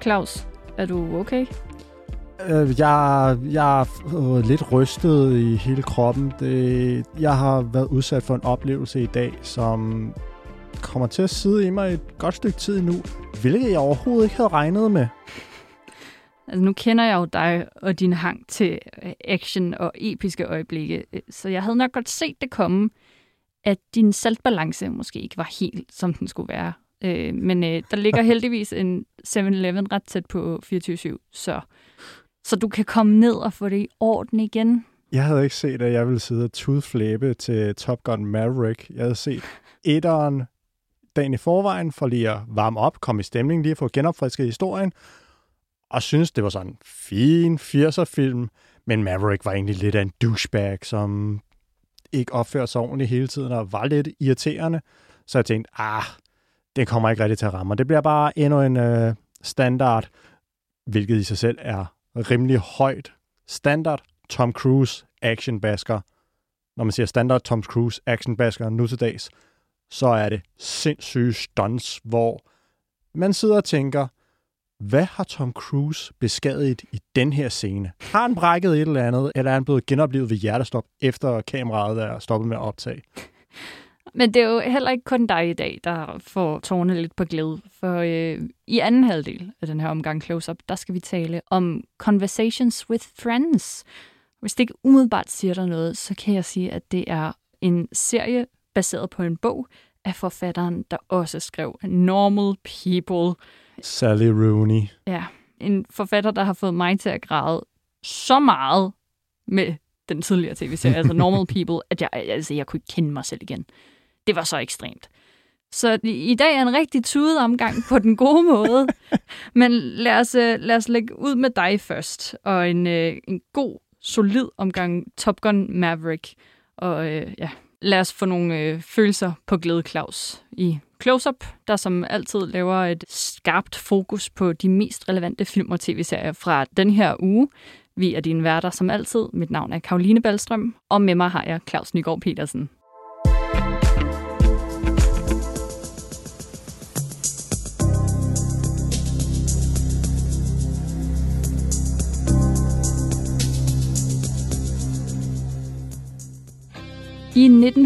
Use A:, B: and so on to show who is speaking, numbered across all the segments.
A: Claus. Er du okay?
B: Jeg er lidt rystet i hele kroppen. Jeg har været udsat for en oplevelse i dag, som kommer til at sidde i mig et godt stykke tid nu, hvilket jeg overhovedet ikke havde regnet med.
A: Altså, nu kender jeg jo dig og din hang til action og episke øjeblikke, så jeg havde nok godt set det komme, at din saltbalance måske ikke var helt, som den skulle være. Men der ligger heldigvis en 7-Eleven ret tæt på 24/7, så du kan komme ned og få det i orden igen.
B: Jeg havde ikke set, at jeg ville sidde og tudflæbe til Top Gun Maverick. Jeg havde set etteren dagen i forvejen, for lige at varme op, komme i stemning, lige at få genopfrisket historien, og synes det var sådan en fin 80'er-film, men Maverick var egentlig lidt af en douchebag, som ikke opførte sig ordentligt hele tiden, og var lidt irriterende. Så jeg tænkte, det kommer ikke rigtig til at ramme. Og det bliver bare endnu en standard, hvilket i sig selv er rimelig højt. Standard Tom Cruise actionbasker. Når man siger standard Tom Cruise actionbasker nu til dags, så er det sindssyge stunts, hvor man sidder og tænker, hvad har Tom Cruise beskadiget i den her scene? Har han brækket et eller andet, eller er han blevet genoplevet ved hjertestop, efter kameraet er stoppet med at optage?
A: Men det er jo heller ikke kun dig i dag, der får tårerne lidt på glæde. For i anden halvdel af den her omgang Close-Up, der skal vi tale om Conversations with Friends. Hvis det ikke umiddelbart siger der noget, så kan jeg sige, at det er en serie baseret på en bog af forfatteren, der også skrev Normal People.
B: Sally Rooney.
A: Ja, en forfatter, der har fået mig til at græde så meget med den tidligere tv-serie, altså Normal People, at jeg kunne ikke kende mig selv igen. Det var så ekstremt. Så i dag er en rigtig tudet omgang på den gode måde. Men lad os lægge ud med dig først. Og en god, solid omgang Top Gun Maverick. Og lad os få nogle følelser på glæde, Claus. I Close-Up, der som altid laver et skarpt fokus på de mest relevante film og tv-serier fra den her uge. Vi er dine værter som altid. Mit navn er Caroline Ballstrøm, og med mig har jeg Claus Nygaard Petersen. I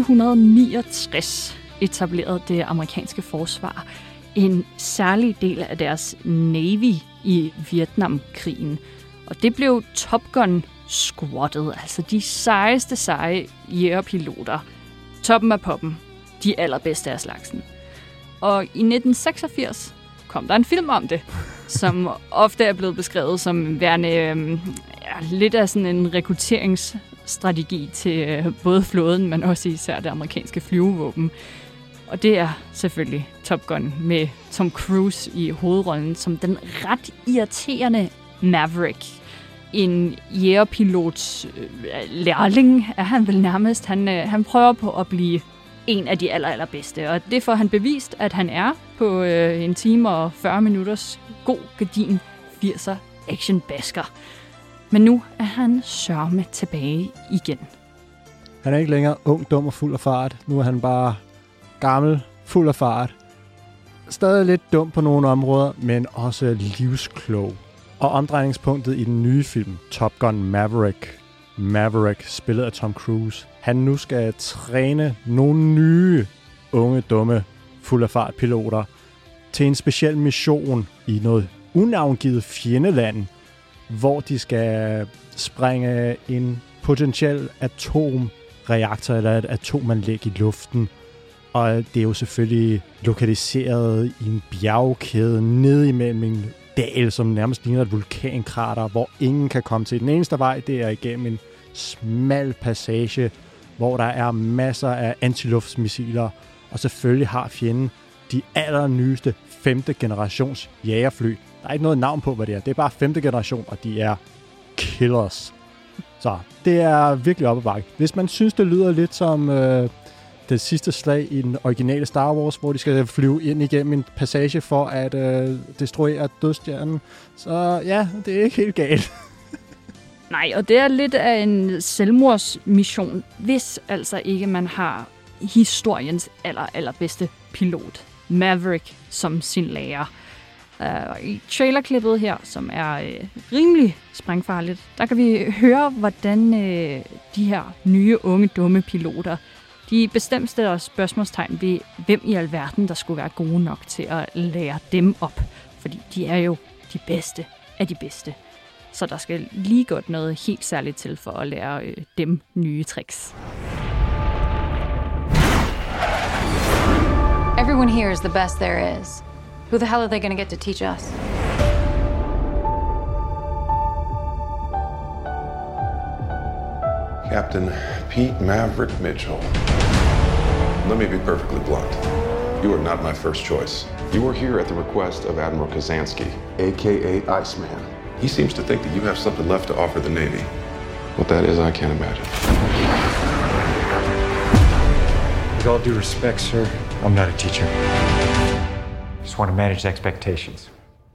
A: 1969 etablerede det amerikanske forsvar en særlig del af deres Navy i Vietnamkrigen. Og det blev Top Gun Squad'et, altså de sejeste seje jægerpiloter. Toppen af poppen, de allerbedste af slagsen. Og i 1986 kom der en film om det, som ofte er blevet beskrevet som værende lidt af sådan en rekrutteringsstrategi til både flåden, men også især det amerikanske flyvevåben. Og det er selvfølgelig Top Gun med Tom Cruise i hovedrollen som den ret irriterende Maverick. En jægerpilots lærling er han vel nærmest. Han prøver på at blive en af de allerbedste, og det får han bevist, at han er på 1 time og 40 minutters god gedigen 80'er actionbasker. Men nu er han sørme tilbage igen.
B: Han er ikke længere ung, dum og fuld af fart. Nu er han bare gammel, fuld af fart. Stadig lidt dum på nogle områder, men også livsklog. Og omdrejningspunktet i den nye film, Top Gun Maverick, spillet af Tom Cruise, han nu skal træne nogle nye, unge, dumme, fuld af fart piloter til en speciel mission i noget unavngivet fjendeland, hvor de skal sprænge en potentiel atomreaktor eller et atomanlæg i luften. Og det er jo selvfølgelig lokaliseret i en bjergkæde nede imellem en dal, som nærmest ligner et vulkankrater, hvor ingen kan komme til. Den eneste vej, det er igennem en smal passage, hvor der er masser af antiluftsmissiler, og selvfølgelig har fjenden de allernyeste 5. generations jagerfly. Der er ikke noget navn på, hvad det er. Det er bare 5. generation, og de er killers. Så det er virkelig op ad bakke. Hvis man synes, det lyder lidt som det sidste slag i den originale Star Wars, hvor de skal flyve ind igennem en passage for at destruere dødstjernen, så ja, det er ikke helt galt.
A: Nej, og det er lidt af en selvmordsmission, hvis altså ikke man har historiens allerbedste pilot, Maverick, som sin lærer. I trailerklippet her, som er rimelig sprængfarligt, der kan vi høre, hvordan de her nye, unge, dumme piloter, de bestemt stiller spørgsmålstegn ved, hvem i alverden, der skulle være gode nok til at lære dem op. Fordi de er jo de bedste af de bedste. Så der skal lige godt noget helt særligt til for at lære dem nye tricks.
C: Everyone here is the best there is. Who the hell are they going to get to teach us?
D: Captain Pete Maverick Mitchell. Let me be perfectly blunt. You are not my first choice. You are here at the request of Admiral Kazansky, a.k.a. Iceman. He seems to think that you have something left to offer the Navy. What that is, I can't imagine.
E: With all due respect, sir, I'm not a teacher. Just want to manage expectations.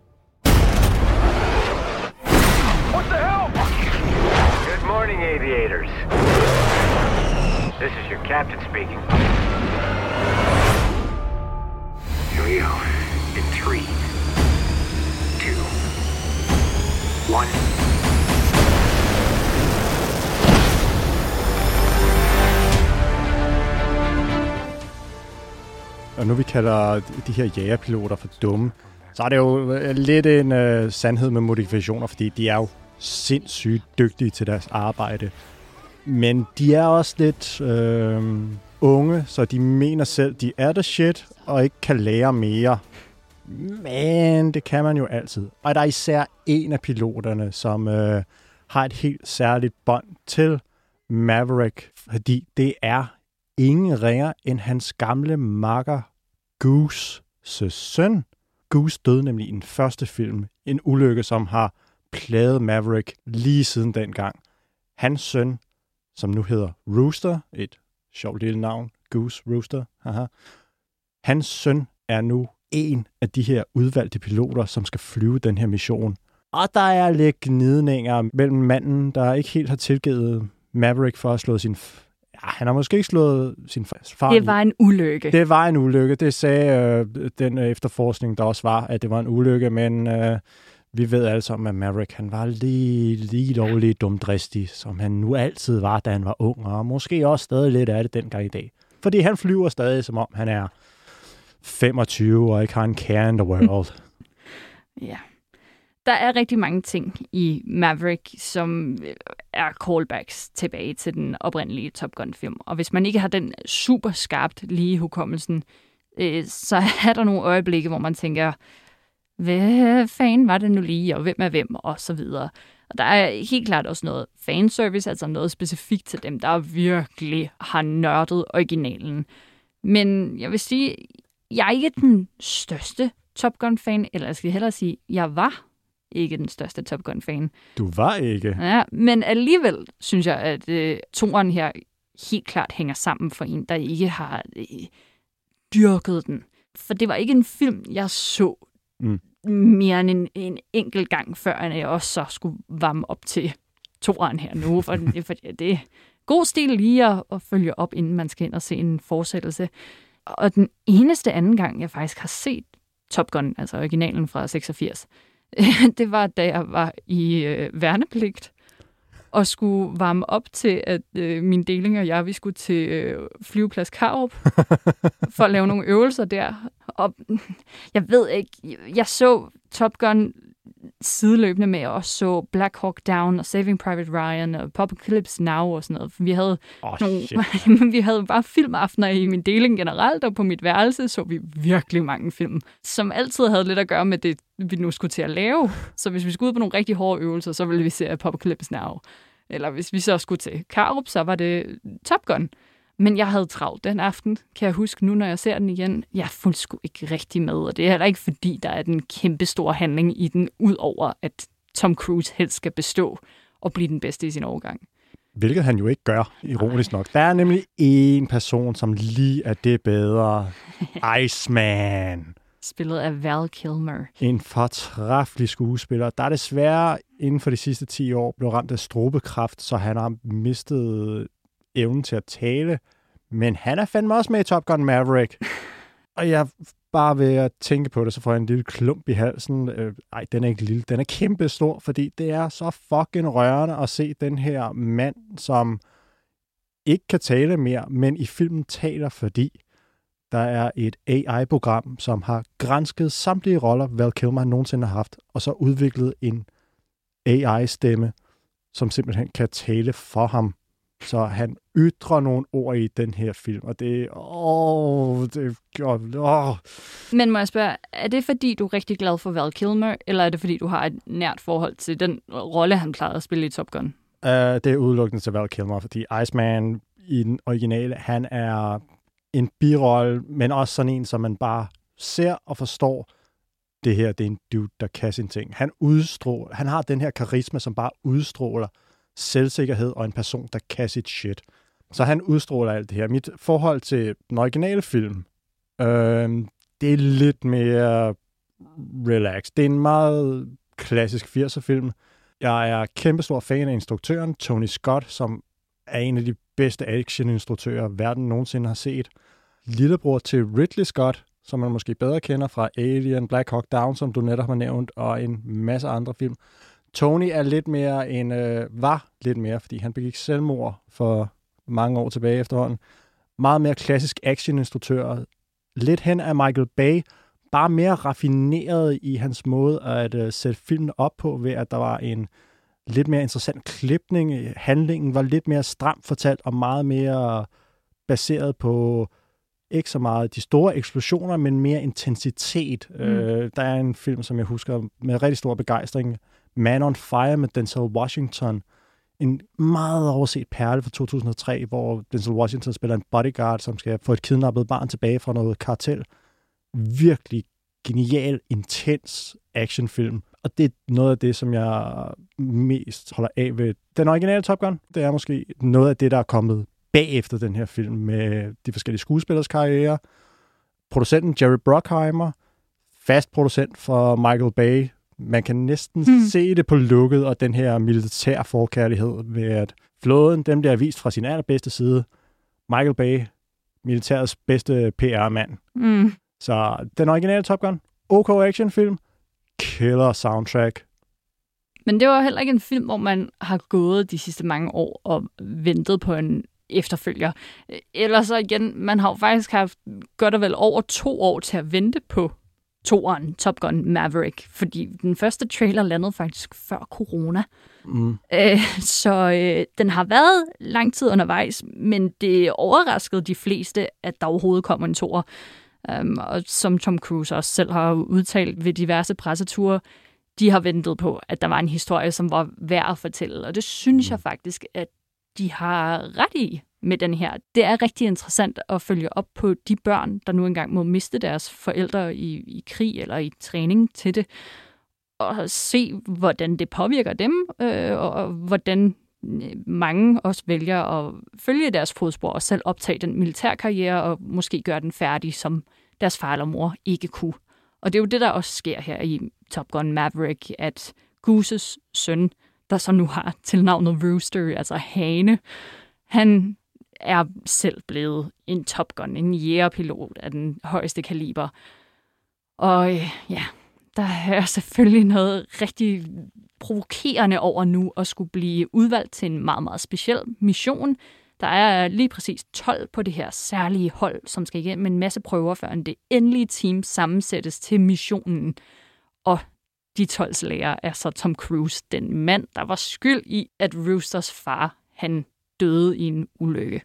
F: What the hell? Good morning, aviators. This is your captain speaking. Here we go. In 3, 2, 1.
B: Og nu vi kalder de her jægerpiloter for dumme, så er det jo lidt en sandhed med modifikationer, fordi de er jo sindssygt dygtige til deres arbejde. Men de er også lidt unge, så de mener selv, de er the shit, og ikke kan lære mere. Men det kan man jo altid. Og der er især en af piloterne, som har et helt særligt bånd til Maverick, fordi det er ingen ringer end hans gamle makker Goose' søn. Goose døde nemlig i den første film. En ulykke, som har plaget Maverick lige siden dengang. Hans søn, som nu hedder Rooster, et sjovt lille navn, Goose Rooster, haha. Hans søn er nu en af de her udvalgte piloter, som skal flyve den her mission. Og der er lidt gnidninger mellem manden, der ikke helt har tilgivet Maverick for at slå sin... Ja, han har måske ikke slået sin far.
A: Det var en ulykke.
B: Det var en ulykke. Det sagde den efterforskning, der også var, at det var en ulykke, men vi ved altså om, at Maverick, han var lige lovligt dumdristig, som han nu altid var, da han var ung, og måske også stadig lidt af det dengang i dag. Fordi han flyver stadig, som om han er 25 og ikke har en care in the world.
A: Ja. Der er rigtig mange ting i Maverick, som er callbacks tilbage til den oprindelige Top Gun-film. Og hvis man ikke har den super skarpt lige i hukommelsen, så er der nogle øjeblikke, hvor man tænker, hvad fanden var det nu lige, og hvem er hvem, og så videre. Og der er helt klart også noget fanservice, altså noget specifikt til dem, der virkelig har nørdet originalen. Men jeg vil sige, jeg er ikke den største Top Gun-fan, eller jeg skal hellere sige, jeg var ikke den største Top Gun-fan.
B: Du var ikke?
A: Ja, men alligevel synes jeg, at toren her helt klart hænger sammen for en, der ikke har dyrket den. For det var ikke en film, jeg så mere end en enkelt gang, før jeg også så skulle varme op til toren her nu. For det er god stil lige at følge op, inden man skal ind og se en fortsættelse. Og den eneste anden gang, jeg faktisk har set Top Gun, altså originalen fra 86, det var, da jeg var i værnepligt og skulle varme op til, at min deling og jeg, vi skulle til flyveplads Karup for at lave nogle øvelser der. Og jeg ved ikke, jeg så Top Gun sideløbende med, og også så Black Hawk Down og Saving Private Ryan og Apocalypse Now og sådan noget. Vi havde, vi havde bare filmaftener i min deling generelt, og på mit værelse så vi virkelig mange film, som altid havde lidt at gøre med det, vi nu skulle til at lave. Så hvis vi skulle ud på nogle rigtig hårde øvelser, så ville vi se Apocalypse Now. Eller hvis vi så skulle til Karup, så var det Top Gun. Men jeg havde travlt den aften, kan jeg huske nu, når jeg ser den igen. Jeg fulgte sgu ikke rigtig med, og det er heller ikke fordi, der er den kæmpe store handling i den, udover at Tom Cruise helst skal bestå og blive den bedste i sin årgang.
B: Hvilket han jo ikke gør, ironisk nok. Der er nemlig en person, som lige er det bedre. Iceman.
A: Spillet af Val Kilmer.
B: En fortræffelig skuespiller, der desværre inden for de sidste 10 år blev ramt af strobekræft, så han har mistet evnen til at tale. Men han er fandme også med i Top Gun Maverick. Og jeg bare ved at tænke på det, så får jeg en lille klump i halsen. Den er ikke lille, den er kæmpe stor, fordi det er så fucking rørende at se den her mand, som ikke kan tale mere, men i filmen taler, fordi der er et AI-program, som har gransket samtlige roller, Val Kilmer nogensinde har haft, og så udviklet en AI-stemme, som simpelthen kan tale for ham. Så han ytrer nogle ord i den her film, og det
A: Men må jeg spørge, er det fordi, du er rigtig glad for Val Kilmer, eller er det fordi, du har et nært forhold til den rolle, han plejede at spille i Top Gun?
B: Det er udelukkende til Val Kilmer, fordi Iceman i den originale, han er en birolle, men også sådan en, som man bare ser og forstår, det her, det er en dude, der kan sine ting. Han har den her karisma, som bare udstråler selvsikkerhed og en person, der kan sit shit. Så han udstråler alt det her. Mit forhold til den originale film, det er lidt mere relaxed. Det er en meget klassisk 80'er-film. Jeg er kæmpestor fan af instruktøren, Tony Scott, som er en af de bedste actioninstruktører, verden nogensinde har set. Lillebror til Ridley Scott, som man måske bedre kender fra Alien, Black Hawk Down, som du netop har nævnt, og en masse andre film. Tony er lidt mere var lidt mere, fordi han begik selvmord for mange år tilbage efterhånden. Meget mere klassisk actioninstruktør. Lidt hen af Michael Bay, bare mere raffineret i hans måde at sætte filmen op på, ved at der var en lidt mere interessant klipning. Handlingen var lidt mere stramt fortalt, og meget mere baseret på ikke så meget de store eksplosioner, men mere intensitet. Der er en film, som jeg husker med rigtig stor begejstring, Man on Fire med Denzel Washington. En meget overset perle fra 2003, hvor Denzel Washington spiller en bodyguard, som skal få et kidnappet barn tilbage fra noget kartel. Virkelig genial, intens actionfilm. Og det er noget af det, som jeg mest holder af ved den originale Top Gun. Det er måske noget af det, der er kommet bagefter den her film med de forskellige skuespillers karriere. Producenten Jerry Bruckheimer, fast producent for Michael Bay. Man kan næsten se det på lukket, og den her militær forkærlighed ved, at flåden, dem bliver vist fra sin allerbedste side. Michael Bay, militærets bedste PR-mand. Så den originale Top Gun, OK actionfilm, killer soundtrack.
A: Men det var heller ikke en film, hvor man har gået de sidste mange år og ventet på en efterfølger. Ellers så igen, man har jo faktisk haft godt og vel over 2 år til at vente på toeren, Top Gun Maverick, fordi den første trailer landede faktisk før corona. Så den har været lang tid undervejs, men det overraskede de fleste, at der overhovedet kommer en toer. Og som Tom Cruise også selv har udtalt ved diverse presseture, de har ventet på, at der var en historie, som var værd at fortælle. Og det synes jeg faktisk, at de har ret i med den her. Det er rigtig interessant at følge op på de børn, der nu engang må miste deres forældre i krig eller i træning til det, og se, hvordan det påvirker dem, og hvordan mange også vælger at følge deres fodspor og selv optage den militærkarriere og måske gøre den færdig, som deres far eller mor ikke kunne. Og det er jo det, der også sker her i Top Gun Maverick, at Gooses søn, der så nu har tilnavnet Rooster, altså hane, han er selv blevet en Top Gun, en jægerpilot af den højeste kaliber. Og ja, der er selvfølgelig noget rigtig provokerende over nu at skulle blive udvalgt til en meget, meget speciel mission. Der er lige præcis 12 på det her særlige hold, som skal igennem en masse prøver, før det endelige team sammensættes til missionen. Og de 12 læger er så Tom Cruise, den mand, der var skyld i, at Roosters far, han døde i en ulykke.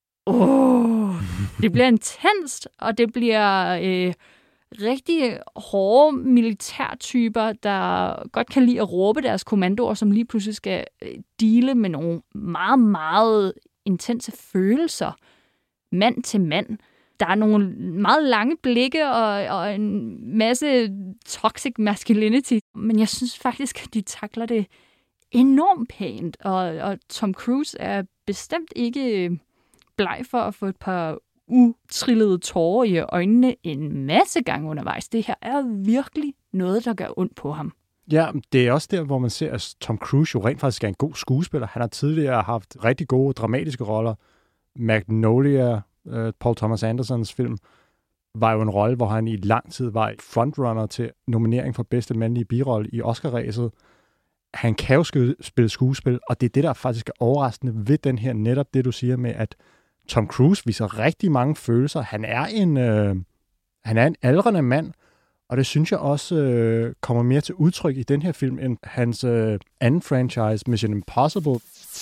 A: Det bliver intenst, og det bliver rigtig hårde militærtyper, der godt kan lide at råbe deres kommandoer, som lige pludselig skal deale med nogle meget, meget intense følelser, mand til mand. Der er nogle meget lange blikke og en masse toxic masculinity, men jeg synes faktisk, at de takler det enormt pænt, og Tom Cruise er bestemt ikke bleg for at få et par utrillede tårer i øjnene en masse gange undervejs. Det her er virkelig noget, der gør ondt på ham.
B: Ja, det er også der, hvor man ser, at Tom Cruise jo rent faktisk er en god skuespiller. Han har tidligere haft rigtig gode dramatiske roller. Magnolia, Paul Thomas Andersons film. var jo en rolle, hvor han i lang tid var frontrunner til nominering for bedste mandlige birolle i Oscar-ræset. Han kan jo spille skuespil, og det er det, der faktisk er overraskende ved den her, netop det, du siger med, at Tom Cruise viser rigtig mange følelser. Han er en aldrende mand, og det synes jeg også kommer mere til udtryk i den her film, end hans anden franchise, Mission Impossible.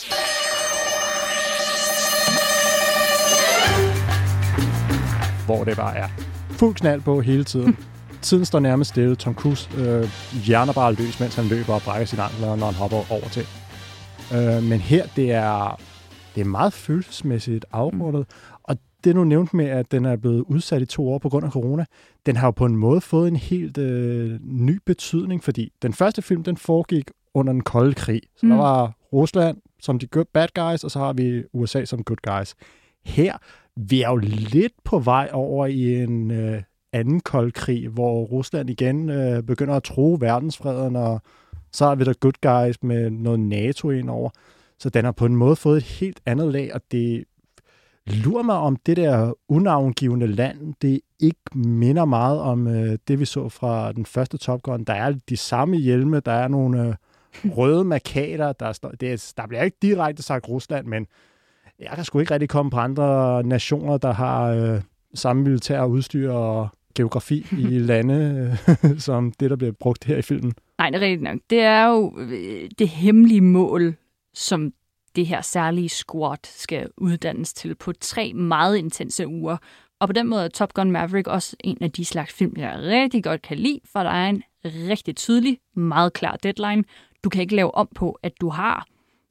B: Hvor det bare er fuld knald på hele tiden. Tiden står nærmest stille. Tom Cruise hjerner bare løs, mens han løber og brækker sine ankler, når han hopper over til. Men her, det er meget følelsesmæssigt afrundet. Og det, du nævnte med, at den er blevet udsat i 2 år på grund af corona, den har jo på en måde fået en helt ny betydning, fordi den første film, den foregik under den kolde krig. Så der var Rusland som de good bad guys, og så har vi USA som good guys. Her, vi er jo lidt på vej over i en anden kold krig, hvor Rusland igen begynder at true verdensfreden, og så har vi der good guys med noget NATO ind over. Så den har på en måde fået et helt andet lag, og det lurer mig om det der unavngivende land, det ikke minder meget om det, vi så fra den første Top Gun. Der er de samme hjelme, der er nogle røde markader, der bliver ikke direkte sagt Rusland, men jeg kan sgu ikke rigtig komme på andre nationer, der har samme militær udstyr og geografi i lande, som det, der bliver brugt her i filmen.
A: Nej, det er rigtigt nok. Det er jo det hemmelige mål, som det her særlige squad skal uddannes til på 3 meget intense uger. Og på den måde er Top Gun Maverick også en af de slags film, jeg rigtig godt kan lide, for der er en rigtig tydelig, meget klar deadline. Du kan ikke lave om på, at du har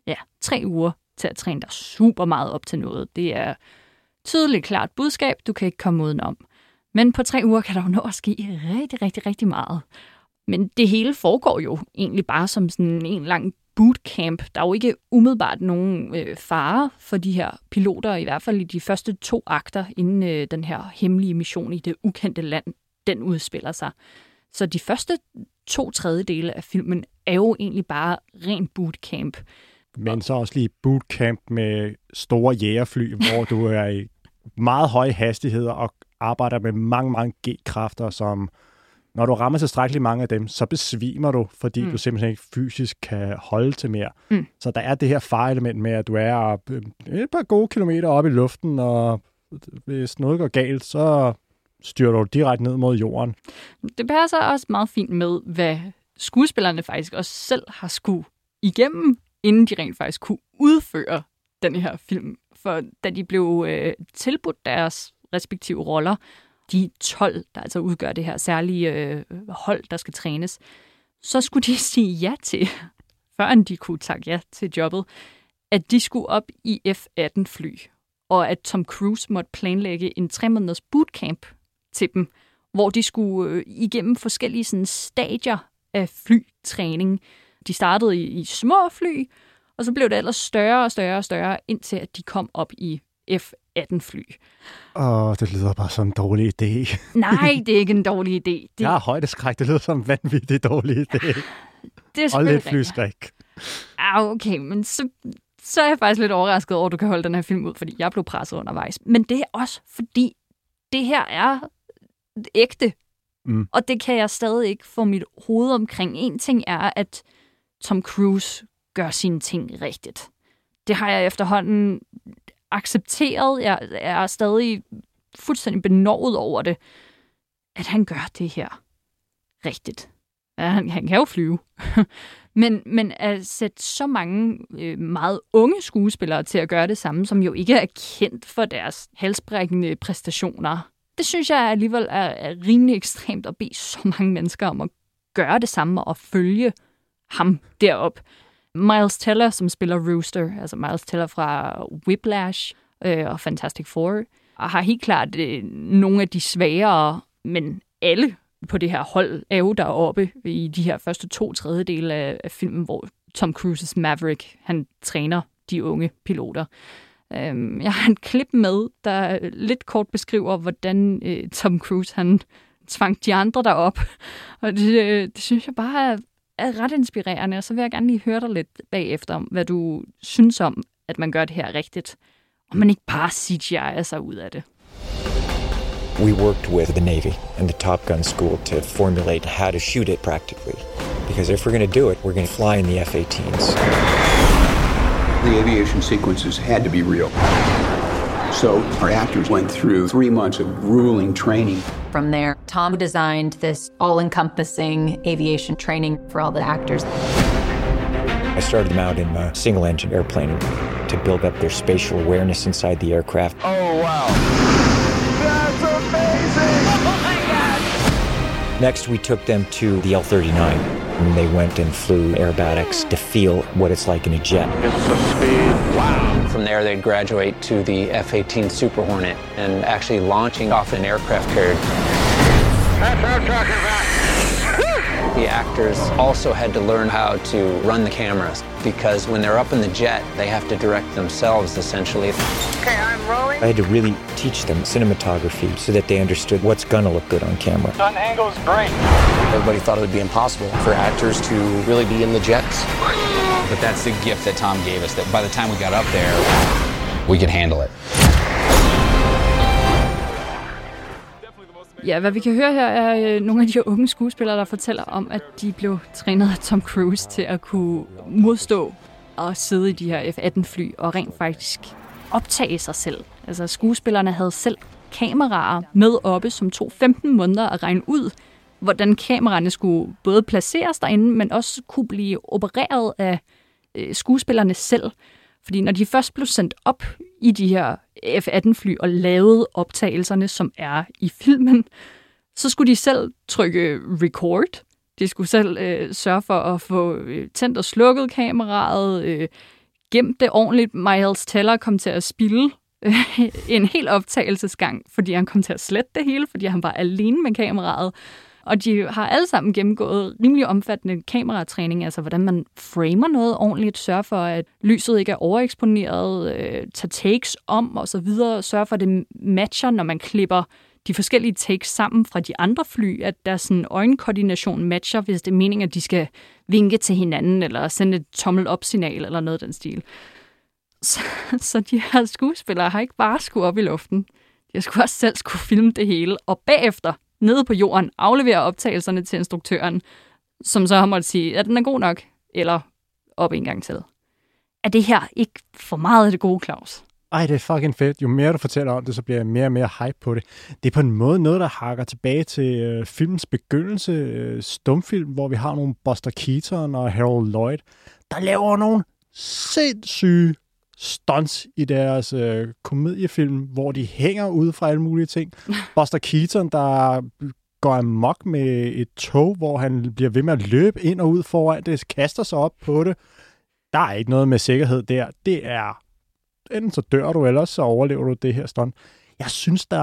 A: 3 uger til at træne dig super meget op til noget. Det er tydeligt klart budskab, du kan ikke komme udenom. Men på 3 uger kan der jo nå at ske rigtig, rigtig, rigtig meget. Men det hele foregår jo egentlig bare som sådan en lang bootcamp. Der er jo ikke umiddelbart nogen fare for de her piloter, i hvert fald i de første 2 akter, inden den her hemmelige mission i det ukendte land, den udspiller sig. Så de første 2/3 af filmen er jo egentlig bare ren bootcamp.
B: Men så også lige bootcamp med store jægerfly, hvor du er i meget høje hastigheder og arbejder med mange, mange G-kræfter, som når du rammer tilstrækkeligt mange af dem, så besvimer du, fordi du simpelthen ikke fysisk kan holde til mere. Så der er det her fareelement med, at du er et par gode kilometer op i luften, og hvis noget går galt, så styrer du direkte ned mod jorden.
A: Det passer også meget fint med, hvad skuespillerne faktisk også selv har skulle igennem, inden de rent faktisk kunne udføre den her film. For da de blev tilbudt deres respektive roller, de 12, der altså udgør det her særlige hold, der skal trænes, så skulle de sige ja til, førend de kunne takke ja til jobbet, at de skulle op i F-18-fly, og at Tom Cruise måtte planlægge en 3 måneders bootcamp til dem, hvor de skulle igennem forskellige sådan, stadier af flytræning. De startede i små fly, og så blev det ellers større og større og større, indtil at de kom op i F-18-fly.
B: Det lyder bare som en dårlig idé.
A: Nej, det er ikke en dårlig idé.
B: Jeg har højdeskræk, det lyder som en vanvittig dårlig idé.
A: Det er
B: og lidt flyskræk.
A: Okay, men så er jeg faktisk lidt overrasket over, at du kan holde den her film ud, fordi jeg blev presset undervejs. Men det er også, fordi det her er ægte. Og det kan jeg stadig ikke få mit hoved omkring. En ting er, at Tom Cruise gør sine ting rigtigt. Det har jeg efterhånden accepteret. Jeg er stadig fuldstændig benovet over det, at han gør det her rigtigt. Ja, han kan jo flyve. men at sætte så mange meget unge skuespillere til at gøre det samme, som jo ikke er kendt for deres halsbrækkende præstationer, det synes jeg alligevel er rimelig ekstremt at bede så mange mennesker om at gøre det samme og følge ham derop. Miles Teller, som spiller Rooster, altså Miles Teller fra Whiplash og Fantastic Four, og har helt klart nogle af de svagere, men alle på det her hold er jo deroppe i de her første 2/3 af filmen, hvor Tom Cruises Maverick, han træner de unge piloter. Jeg har et klip med, der lidt kort beskriver, hvordan Tom Cruise, han tvang de andre derop. Og det synes jeg bare er ret inspirerende, og så vil jeg gerne lige høre dig lidt bagefter om, hvad du synes om, at man gør det her rigtigt, og man ikke bare CGI'er sig ud af det.
E: We worked with the Navy and the Top Gun school to formulate how to shoot it practically. Because if we're going to do it, we're going to fly in the F-18s.
G: The aviation sequences had to be real. So our actors went through 3 months of grueling training.
C: From there, Tom designed this all-encompassing aviation training for all the actors.
E: I started them out in a single-engine airplane to build up their spatial awareness inside the aircraft.
F: Oh, wow. That's amazing! Oh, my God!
E: Next, we took them to the L-39, and they went and flew aerobatics to feel what it's like in a jet.
F: Get some speed. Wow.
H: From there, they'd graduate to the F-18 Super Hornet and actually launching off an aircraft carrier.
F: That's what I'm talking about.
H: The actors also had to learn how to run the cameras because when they're up in the jet, they have to direct themselves, essentially.
F: Okay, I'm rolling.
E: I had to really teach them cinematography so that they understood what's gonna look good on camera.
F: Sun angle's great.
I: Everybody thought it would be impossible for actors to really be in the jets.
J: But that's the gift that Tom gave us, that by the time we got up there, we could handle it.
A: Ja, hvad vi kan høre her er nogle af de her unge skuespillere, der fortæller om, at de blev trænet af Tom Cruise til at kunne modstå og sidde i de her F-18-fly og rent faktisk optage sig selv. Altså skuespillerne havde selv kameraer med oppe, som tog 15 måneder at regne ud, hvordan kameraerne skulle både placeres derinde, men også kunne blive opereret af skuespillerne selv. Fordi når de først blev sendt op i de her F-18-fly og lavede optagelserne, som er i filmen, så skulle de selv trykke record. De skulle selv sørge for at få tændt og slukket kameraet, gemt det ordentligt. Miles Teller kom til at spilde en hel optagelsesgang, fordi han kom til at slette det hele, fordi han var alene med kameraet. Og de har alle sammen gennemgået rimelig omfattende kameratræning, altså hvordan man framer noget ordentligt, sørger for, at lyset ikke er overeksponeret, tager takes om og så videre, sørger for, at det matcher, når man klipper de forskellige takes sammen fra de andre fly, at der sådan øjenkoordination matcher, hvis det er meningen, at de skal vinke til hinanden, eller sende et tommel-op-signal, eller noget af den stil. Så de her skuespillere har ikke bare skulle op i luften. De har sgu også selv skulle filme det hele, og bagefter nede på jorden, afleverer optagelserne til instruktøren, som så har måttet sige, at den er god nok, eller op en gang til. Er det her ikke for meget af det gode, Claus?
B: Ej, det er fucking fedt. Jo mere du fortæller om det, så bliver jeg mere og mere hype på det. Det er på en måde noget, der hakker tilbage til filmens begyndelse, stumfilm, hvor vi har nogle Buster Keaton og Harold Lloyd, der laver nogle sindssyge stunts i deres komediefilm, hvor de hænger ud fra alle mulige ting. Buster Keaton, der går amok med et tog, hvor han bliver ved med at løbe ind og ud foran det, kaster sig op på det. Der er ikke noget med sikkerhed der. Det er, enten så dør du, eller så overlever du det her stunt. Jeg synes, det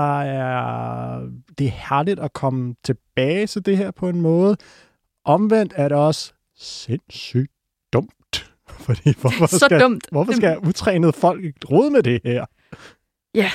B: er herligt at komme tilbage til det her på en måde. Omvendt er det også sindssygt dumt. Fordi hvorfor skal utrænede folk rode med det her?
A: Ja.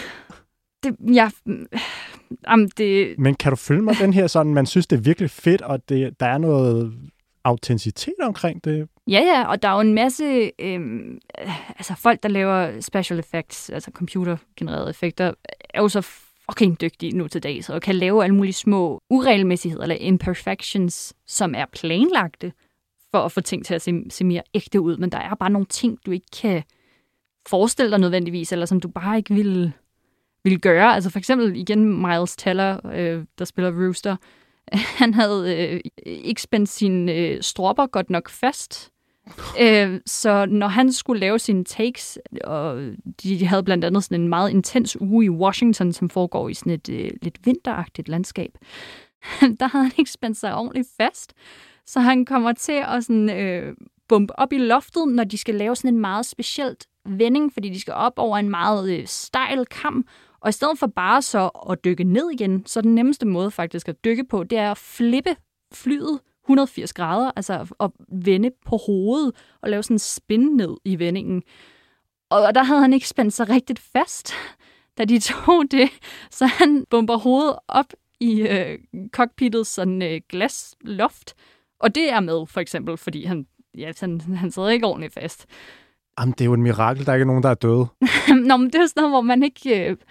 B: Men kan du følge mig den her sådan, man synes, det er virkelig fedt, og der er noget autenticitet omkring det?
A: Ja, og der er jo en masse folk, der laver special effects, altså computergenererede effekter, er jo så fucking dygtige nu til dags, og kan lave alle mulige små uregelmæssigheder eller imperfections, som er planlagte, for at få ting til at se mere ægte ud, men der er bare nogle ting, du ikke kan forestille dig nødvendigvis, eller som du bare ikke ville gøre. Altså for eksempel igen Miles Teller, der spiller Rooster, han havde ikke spændt sine stropper godt nok fast. Så når han skulle lave sine takes, og de havde blandt andet sådan en meget intens uge i Washington, som foregår i sådan et lidt vinteragtigt landskab, der havde han ikke spændt sig ordentligt fast. Så han kommer til at sådan, bumpe op i loftet, når de skal lave sådan en meget specielt vending, fordi de skal op over en meget stejl kam. Og i stedet for bare så at dykke ned igen, så den nemmeste måde faktisk at dykke på, det er at flippe flyet 180 grader, altså at vende på hovedet og lave sådan en spin ned i vendingen. Og der havde han ikke spændt sig rigtigt fast, da de tog det, så han bumper hovedet op i cockpittet sådan glasloft. Og det er med, for eksempel, fordi han sidder ikke ordentligt fast.
B: Jamen, det er jo et mirakel, der ikke er nogen, der er døde.
A: Nå, men det er sådan noget, hvor man ikke...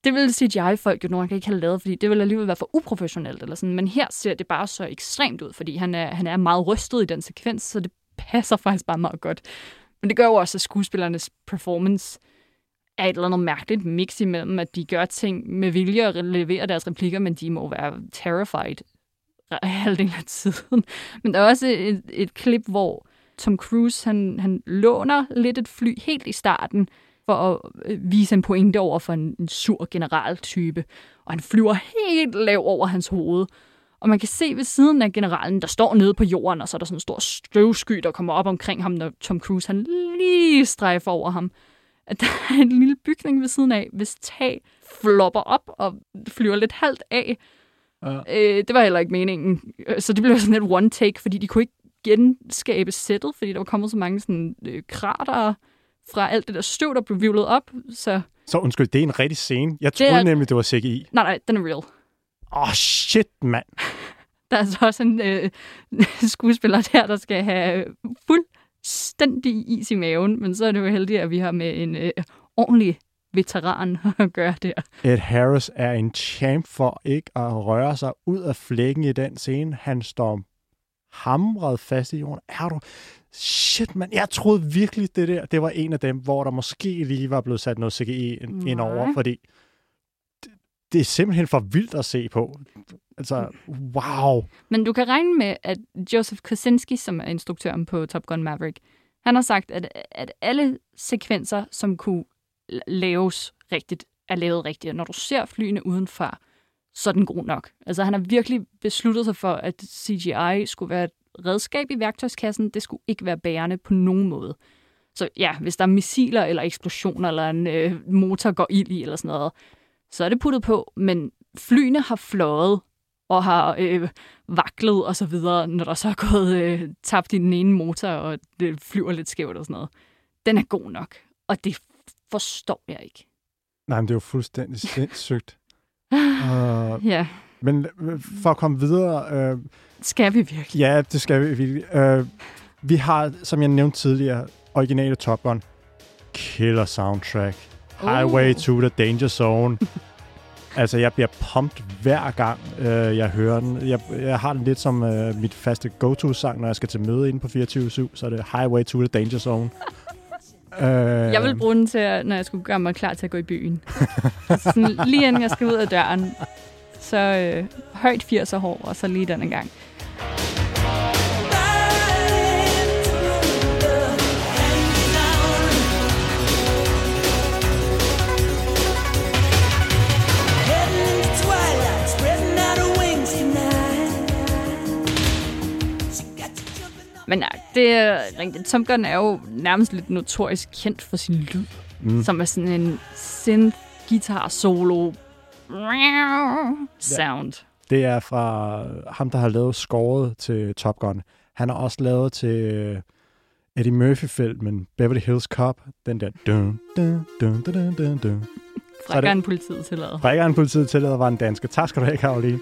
A: Det ville CGI-folk jo nogle gange ikke have lavet, fordi det ville alligevel være for uprofessionelt eller sådan. Men her ser det bare så ekstremt ud, fordi han er meget rystet i den sekvens, så det passer faktisk bare meget godt. Men det gør jo også, at skuespillernes performance er et eller andet mærkeligt mix imellem, at de gør ting med vilje og leverer deres replikker, men de må være terrified halvdelen af tiden. Men der er også et klip, hvor Tom Cruise, han låner lidt et fly helt i starten, for at vise en pointe over for en sur generaltype. Og han flyver helt lav over hans hoved. Og man kan se ved siden af generalen, der står nede på jorden, og så er der sådan en stor støvsky, der kommer op omkring ham, når Tom Cruise han lige strejfer over ham. At der er en lille bygning ved siden af, hvis tag flopper op og flyver lidt halvt af. Det var heller ikke meningen. Så det blev sådan et one take, fordi de kunne ikke genskabe sættet, fordi der var kommet så mange sådan, krater fra alt det der støv, der blev vivlet op. Så
B: undskyld, det er en rigtig scene. Jeg troede nemlig, det var CGI.
A: Nej, den er real.
B: Shit, mand.
A: Der er så også en skuespiller der skal have fuldstændig is i maven, men så er det jo heldigt, at vi har med en ordentlig veteran at gøre der.
B: Ed Harris er en champ for ikke at røre sig ud af flækken i den scene. Han står hamret fast i jorden. Shit, mand. Jeg troede virkelig, det var en af dem, hvor der måske lige var blevet sat noget CGI ind over, fordi det er simpelthen for vildt at se på. Altså, wow.
A: Men du kan regne med, at Joseph Kosinski, som er instruktøren på Top Gun Maverick, han har sagt, at alle sekvenser, som kunne laves rigtigt, er lavet rigtigt. Og når du ser flyene udenfra, så er den god nok. Altså, han har virkelig besluttet sig for, at CGI skulle være et redskab i værktøjskassen. Det skulle ikke være bærende på nogen måde. Så ja, hvis der er missiler eller eksplosioner, eller en motor går ild i, eller sådan noget, så er det puttet på. Men flyene har fløjet og har vaklet og så videre, når der så er gået tabt i den ene motor, og det flyver lidt skævt og sådan noget. Den er god nok, og det forstår jeg ikke.
B: Nej, men det er jo fuldstændig sindssygt.
A: Ja.
B: Men for at komme videre...
A: skal vi virkelig?
B: Ja, det skal vi virkelig. Vi har, som jeg nævnte tidligere, originale Top Gun. Killer soundtrack. Highway to the Danger Zone. Altså, jeg bliver pumped hver gang, jeg hører den. Jeg har den lidt som mit faste go-to-sang, når jeg skal til møde inde på 24/7, så er det Highway to the Danger Zone.
A: Jeg vil bruge den til, når jeg skulle gøre mig klar til at gå i byen. Sådan, lige inden jeg skal ud af døren, så højt 80'er hår, og så lige den en gang. Men nej, det er rigtigt. Tom Gun er jo nærmest lidt notorisk kendt for sin lyd, som er sådan en synth-guitar-solo sound.
B: Ja, det er fra ham, der har lavet scoret til Top Gun. Han har også lavet til Eddie Murphy-filmen Beverly Hills Cop. Den der...
A: Frækkeren politiet tillader.
B: Frækkeren politiet tillader var en dansker. Tak skal du have, Caroline.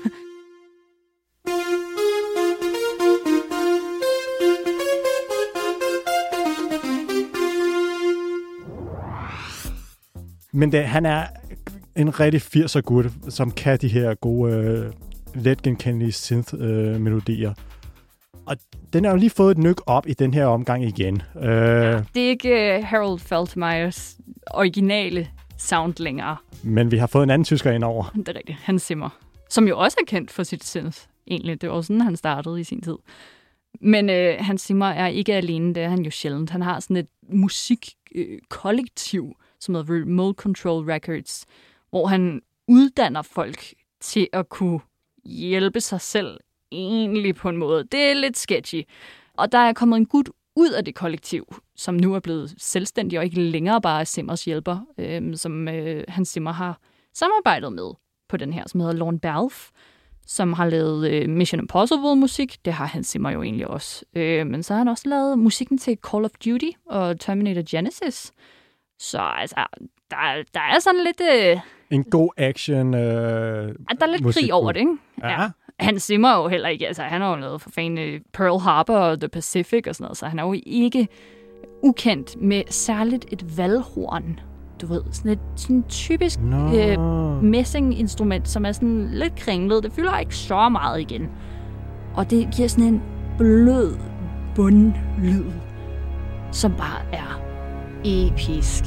B: Men han er en rigtig 80'er-gut, som kan de her gode, let genkendelige synth-melodier. Og den har jo lige fået et nyk op i den her omgang igen.
A: Det er ikke Harold Faltermeyers originale sound længere.
B: Men vi har fået en anden tysker ind over.
A: Det er rigtigt. Hans Zimmer. Som jo også er kendt for sit synth, egentlig. Det var sådan, han startede i sin tid. Men Hans Zimmer er ikke alene, det er han jo sjældent. Han har sådan et musikkollektiv, som hedder Remote Control Records, hvor han uddanner folk til at kunne hjælpe sig selv egentlig på en måde. Det er lidt sketchy. Og der er kommet en gut ud af det kollektiv, som nu er blevet selvstændig og ikke længere bare Zimmers hjælper, som Hans Zimmer har samarbejdet med på den her, som hedder Lorne Balfe, som har lavet Mission Impossible-musik. Det har Hans Zimmer jo egentlig også. Men så har han også lavet musikken til Call of Duty og Terminator Genesis. Så altså, der er sådan lidt...
B: en god action
A: der er lidt krig over det, ikke? Ja. Hans Zimmer er jo heller ikke... Altså, han har jo lavet for fanden Pearl Harbor og The Pacific og sådan noget, så han er jo ikke ukendt med særligt et valghorn du ved, sådan et typisk messinginstrument, som er sådan lidt kringlet. Det fylder ikke så meget igen. Og det giver sådan en blød bundlyd, som bare er episk.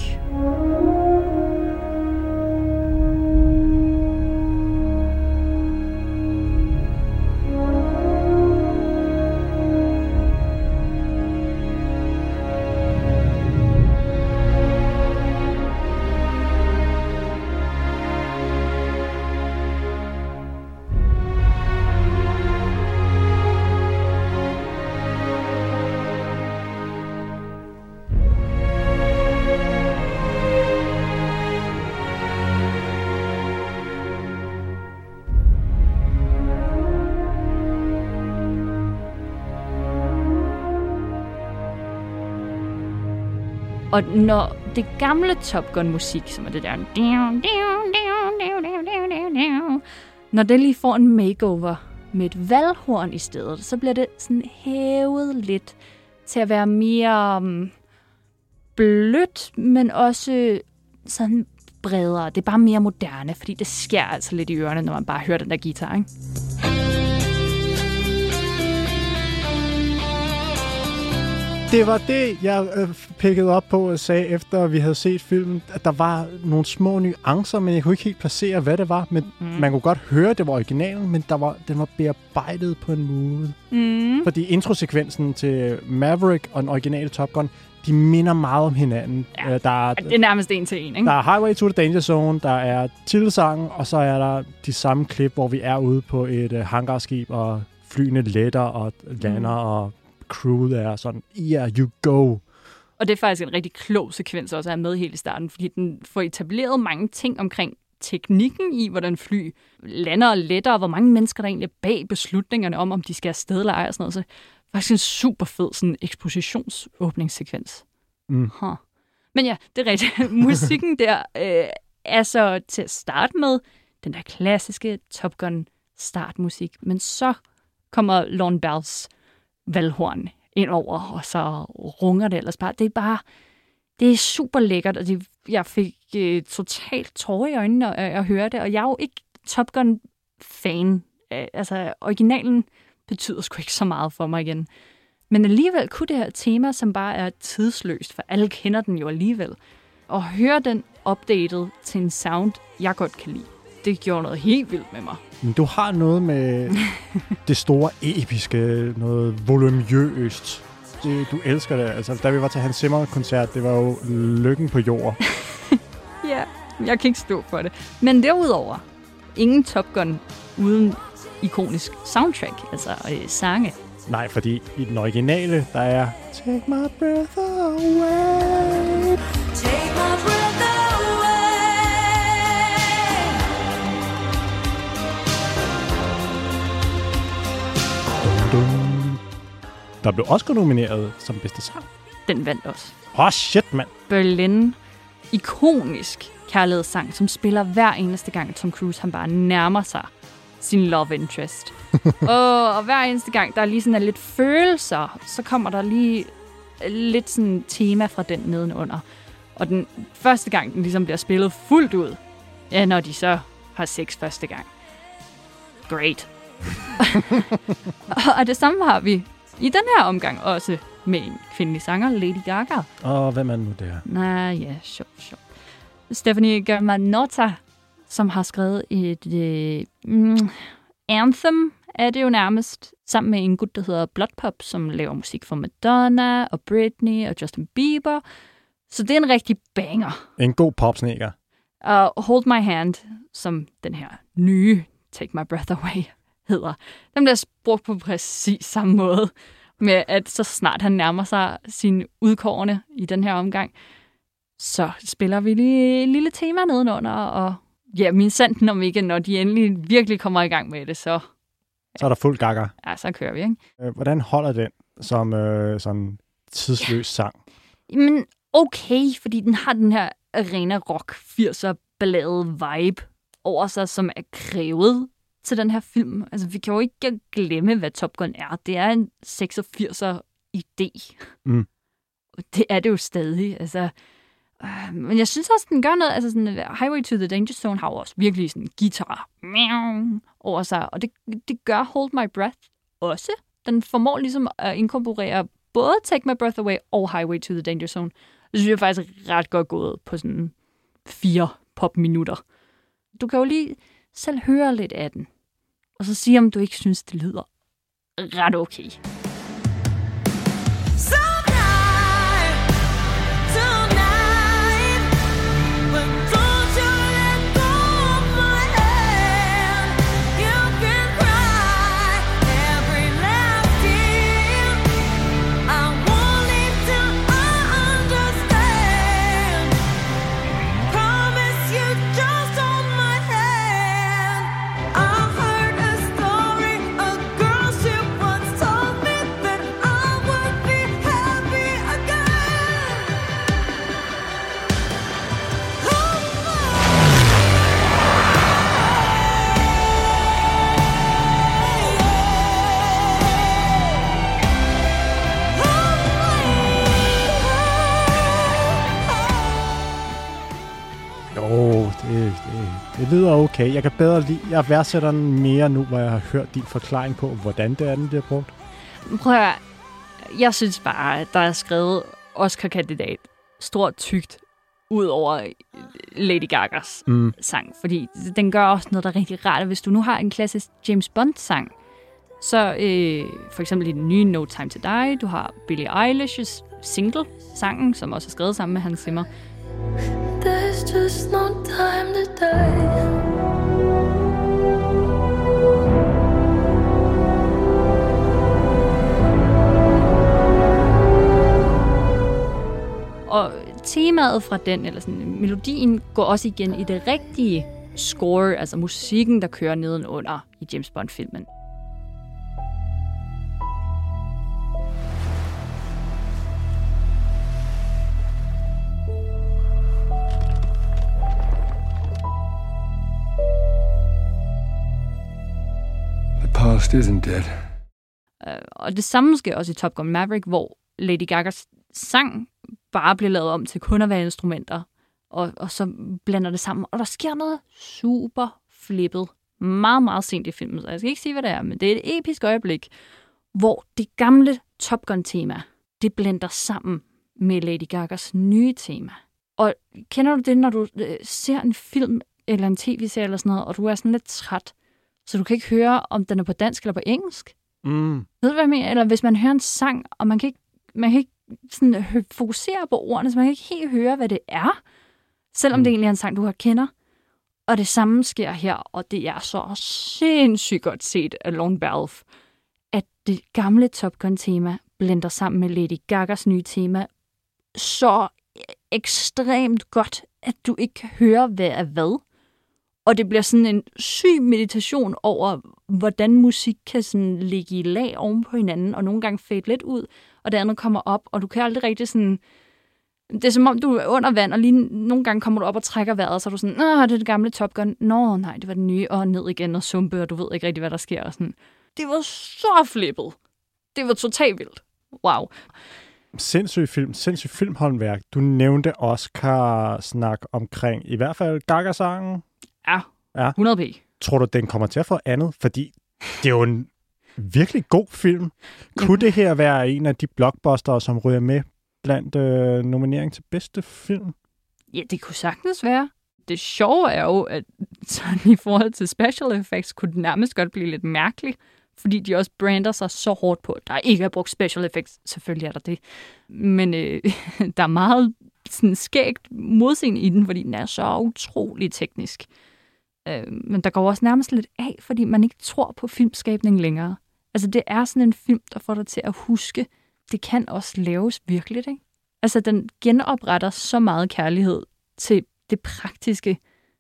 A: Og når det gamle Top Gun-musik, som er det der... Når det lige får en makeover med et valghorn i stedet, så bliver det sådan hævet lidt til at være mere blødt, men også sådan bredere. Det er bare mere moderne, fordi det skærer altså lidt i ørerne, når man bare hører den der guitar, ikke?
B: Det var det, jeg pikkede op på og sagde, efter vi havde set filmen, at der var nogle små nuancer, men jeg kunne ikke helt placere, hvad det var. Men man kunne godt høre, at det var originalen, men den var bearbejdet på en måde. Fordi introsekvensen til Maverick og den originale Top Gun, de minder meget om hinanden.
A: Ja, det er nærmest en til en, ikke?
B: Der er Highway to the Danger Zone, der er titelsangen, og så er der de samme klip, hvor vi er ude på et hangarskib, og flyene letter og lander, og crewet er sådan, yeah, you go.
A: Og det er faktisk en rigtig klog sekvens også at have med helt i starten, fordi den får etableret mange ting omkring teknikken i, hvordan fly lander og letter, og hvor mange mennesker der egentlig er bag beslutningerne om de skal afsted eller ej og sådan noget. Så faktisk en super fed sådan ekspositionsåbningssekvens. Men ja, det er rigtigt. Musikken der er så til at starte med den der klassiske Top Gun startmusik, men så kommer Lorne Bells valghorn ind over, og så runger det ellers bare. Det er super lækkert, og jeg fik totalt tårer i øjnene, når jeg hører det, og jeg er jo ikke Top Gun-fan. Altså, originalen betyder sgu ikke så meget for mig igen. Men alligevel kunne det her tema, som bare er tidsløst, for alle kender den jo alligevel, og høre den updated til en sound, jeg godt kan lide. Det gjorde noget helt vildt med mig.
B: Men du har noget med det store episke, noget voluminøst. Du elsker det. Altså, da vi var til Hans Zimmer-koncert, det var jo lykken på jord.
A: Ja, jeg kan ikke stå for det. Men derudover, ingen Top Gun uden ikonisk soundtrack, altså sange.
B: Nej, fordi i den originale, der er Take my breath away. Take my breath away. Der blev Oscar nomineret som bedste sang.
A: Den vandt også.
B: Shit, mand.
A: Berlin. Ikonisk kærlighedssang, som spiller hver eneste gang, Tom Cruise han bare nærmer sig sin love interest. og hver eneste gang, der er lige sådan en lidt følelser, så kommer der lige lidt sådan tema fra den nedenunder. Og den første gang, den ligesom bliver spillet fuldt ud, ja, når de så har sex første gang. Great. Og det samme har vi i den her omgang også med en kvindelig sanger, Lady Gaga.
B: Hvem er nu der?
A: Nej, ja, sjov. Stephanie Germanotta, som har skrevet et anthem, er det jo nærmest, sammen med en gut, der hedder Bloodpop, som laver musik for Madonna og Britney og Justin Bieber. Så det er en rigtig banger.
B: En god popsneaker.
A: Og Hold My Hand, som den her nye Take My Breath Away hedder, den bliver brugt på præcis samme måde, med at så snart han nærmer sig sine udkårne i den her omgang, så spiller vi lige et lille tema nedenunder, og ja, min sanden om ikke, når de endelig virkelig kommer i gang med det, så
B: er der fuld gakker.
A: Ja, så kører vi, ikke?
B: Hvordan holder den som sådan tidsløs sang?
A: Men okay, fordi den har den her arena rock 80'er ballade vibe over sig, som er krævet til den her film. Altså, vi kan jo ikke glemme, hvad Top Gun er. Det er en 86'er idé. Og det er det jo stadig. Altså, Men jeg synes også, den gør noget. Altså sådan, Highway to the Danger Zone har jo også virkelig sådan guitar over sig. Og det gør Hold My Breath også. Den formår ligesom at inkorporere både Take My Breath Away og Highway to the Danger Zone. Det synes jeg faktisk er ret godt gået på sådan 4 popminutter. Du kan jo lige selv høre lidt af den. Og så sige, om du ikke synes, det lyder ret okay.
B: Det lyder okay. Jeg kan bedre lide. Jeg værdsætter den mere nu, hvor jeg har hørt din forklaring på, hvordan det er, den bliver brugt.
A: Prøv at, jeg synes bare, at der er skrevet Oscar-kandidat stort tykt ud over Lady Gagas sang. Fordi den gør også noget, der er rigtig rart. Hvis du nu har en klassisk James Bond-sang, så for eksempel i den nye No Time to Die, du har Billie Eilish's single-sangen, som også er skrevet sammen med Hans Zimmer.
K: There's just no time to die.
A: Og temaet fra den, eller sådan, melodien, går også igen i det rigtige score, altså musikken, der kører nedenunder i James Bond-filmen.
L: Past isn't dead.
A: Og det samme sker også i Top Gun Maverick, hvor Lady Gagas sang bare bliver lavet om til kun at være instrumenter, og så blander det sammen, og der sker noget super flippet, meget, meget sent i filmen, så jeg skal ikke sige, hvad det er, men det er et episk øjeblik, hvor det gamle Top Gun-tema, det blender sammen med Lady Gagas nye tema. Og kender du det, når du ser en film eller en tv-serie eller sådan noget, og du er sådan lidt træt, så du kan ikke høre, om den er på dansk eller på engelsk? Ved du, hvad jeg mener? Eller hvis man hører en sang, og man kan ikke sådan fokusere på ordene, så man kan ikke helt høre, hvad det er, selvom det egentlig er en sang, du har kender. Og det samme sker her, og det er så sindssygt godt set af Lorne Balfe, at det gamle Top Gun-tema blender sammen med Lady Gagas nye tema så ekstremt godt, at du ikke kan høre, hvad er hvad. Og det bliver sådan en syg meditation over, hvordan musik kan sådan ligge i lag oven på hinanden, og nogle gange fade lidt ud, og det andet kommer op, og du kan aldrig rigtig sådan... Det er som om, du er under vand, og lige nogle gange kommer du op og trækker vejret, og så er du sådan, det er det gamle Top Gun. Nå, nej, det var den nye, og ned igen og sumpe, og du ved ikke rigtig, hvad der sker. Og sådan. Det var så flippet. Det var totalt vildt. Wow.
B: Sindssyg filmhåndværk. Du nævnte Oscar-snak omkring, i hvert fald Gaga-sangen.
A: Ja, 100p.
B: Tror du, den kommer til at få andet? Fordi det er jo en virkelig god film. Kunne det her være en af de blockbustere, som ryger med blandt nominering til bedste film?
A: Ja, det kunne sagtens være. Det sjove er jo, at sådan i forhold til special effects, kunne det nærmest godt blive lidt mærkeligt, fordi de også brander sig så hårdt på, at der ikke er brugt special effects. Selvfølgelig er der det. Men der er meget sådan skægt modsigende i den, fordi den er så utrolig teknisk. Men der går også nærmest lidt af, fordi man ikke tror på filmskabning længere. Altså, det er sådan en film, der får dig til at huske, det kan også laves virkeligt, ikke? Altså, den genopretter så meget kærlighed til det praktiske,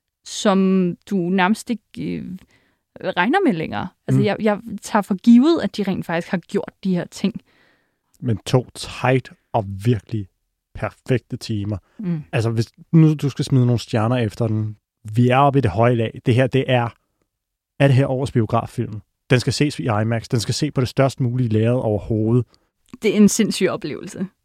A: som du nærmest ikke regner med længere. Altså, jeg tager for givet, at de rent faktisk har gjort de her ting.
B: Men 2 tight og virkelig perfekte timer. Altså, hvis nu du skal smide nogle stjerner efter den, vi er oppe i det høje lag. Det her, det er det her års biograffilm. Den skal ses i IMAX. Den skal se på det størst mulige lærred overhovedet.
A: Det er en sindssyg oplevelse.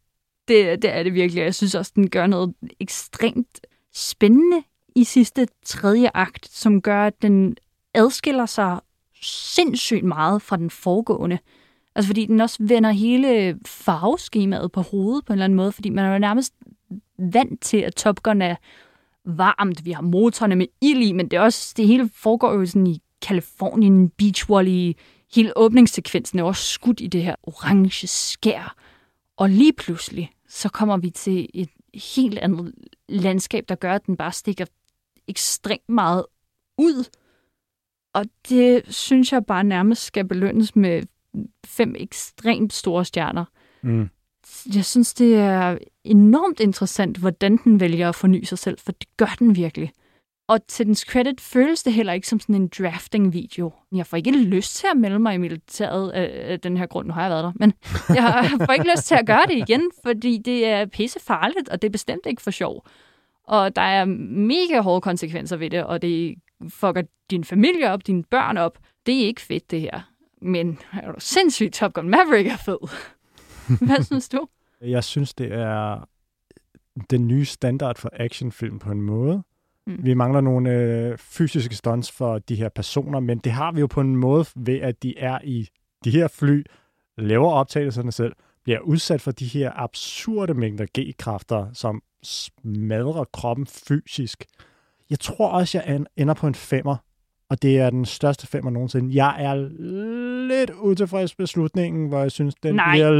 A: Det er det virkelig. Jeg synes også, den gør noget ekstremt spændende i sidste tredje akt, som gør, at den adskiller sig sindssygt meget fra den foregående. Altså fordi den også vender hele farveskemaet på hovedet på en eller anden måde, fordi man er jo nærmest vant til, at Top Gun er varmt. Vi har motorerne med ild i, men det hele foregår jo sådan i Californien, Beach Volley. Hele åbningssekvensen er også skudt i det her orange skær. Og lige pludselig, så kommer vi til et helt andet landskab, der gør, at den bare stikker ekstremt meget ud. Og det synes jeg bare nærmest skal belønnes med 5 ekstremt store stjerner. Mm. Jeg synes, det er enormt interessant, hvordan den vælger at forny sig selv, for det gør den virkelig. Og til dens credit føles det heller ikke som sådan en drafting-video. Jeg får ikke lyst til at melde mig i militæret af den her grund. Nu har jeg været der, men jeg får ikke lyst til at gøre det igen, fordi det er pissefarligt, og det er bestemt ikke for sjov. Og der er mega hårde konsekvenser ved det, og det fucker din familie op, dine børn op. Det er ikke fedt, det her. Men er du sindssygt, Top Gun Maverick er fed. Hvad synes du?
B: Jeg synes, det er den nye standard for actionfilm på en måde. Vi mangler nogle fysiske stunts for de her personer, men det har vi jo på en måde ved, at de er i de her fly, laver optagelserne selv, bliver udsat for de her absurde mængder G-kræfter, som smadrer kroppen fysisk. Jeg tror også, jeg ender på en 5'er, og det er den største 5'er nogensinde. Jeg er lidt utilfreds med slutningen, hvor jeg synes, den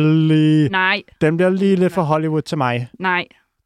B: bliver lige lidt for Hollywood til mig.
A: Nej.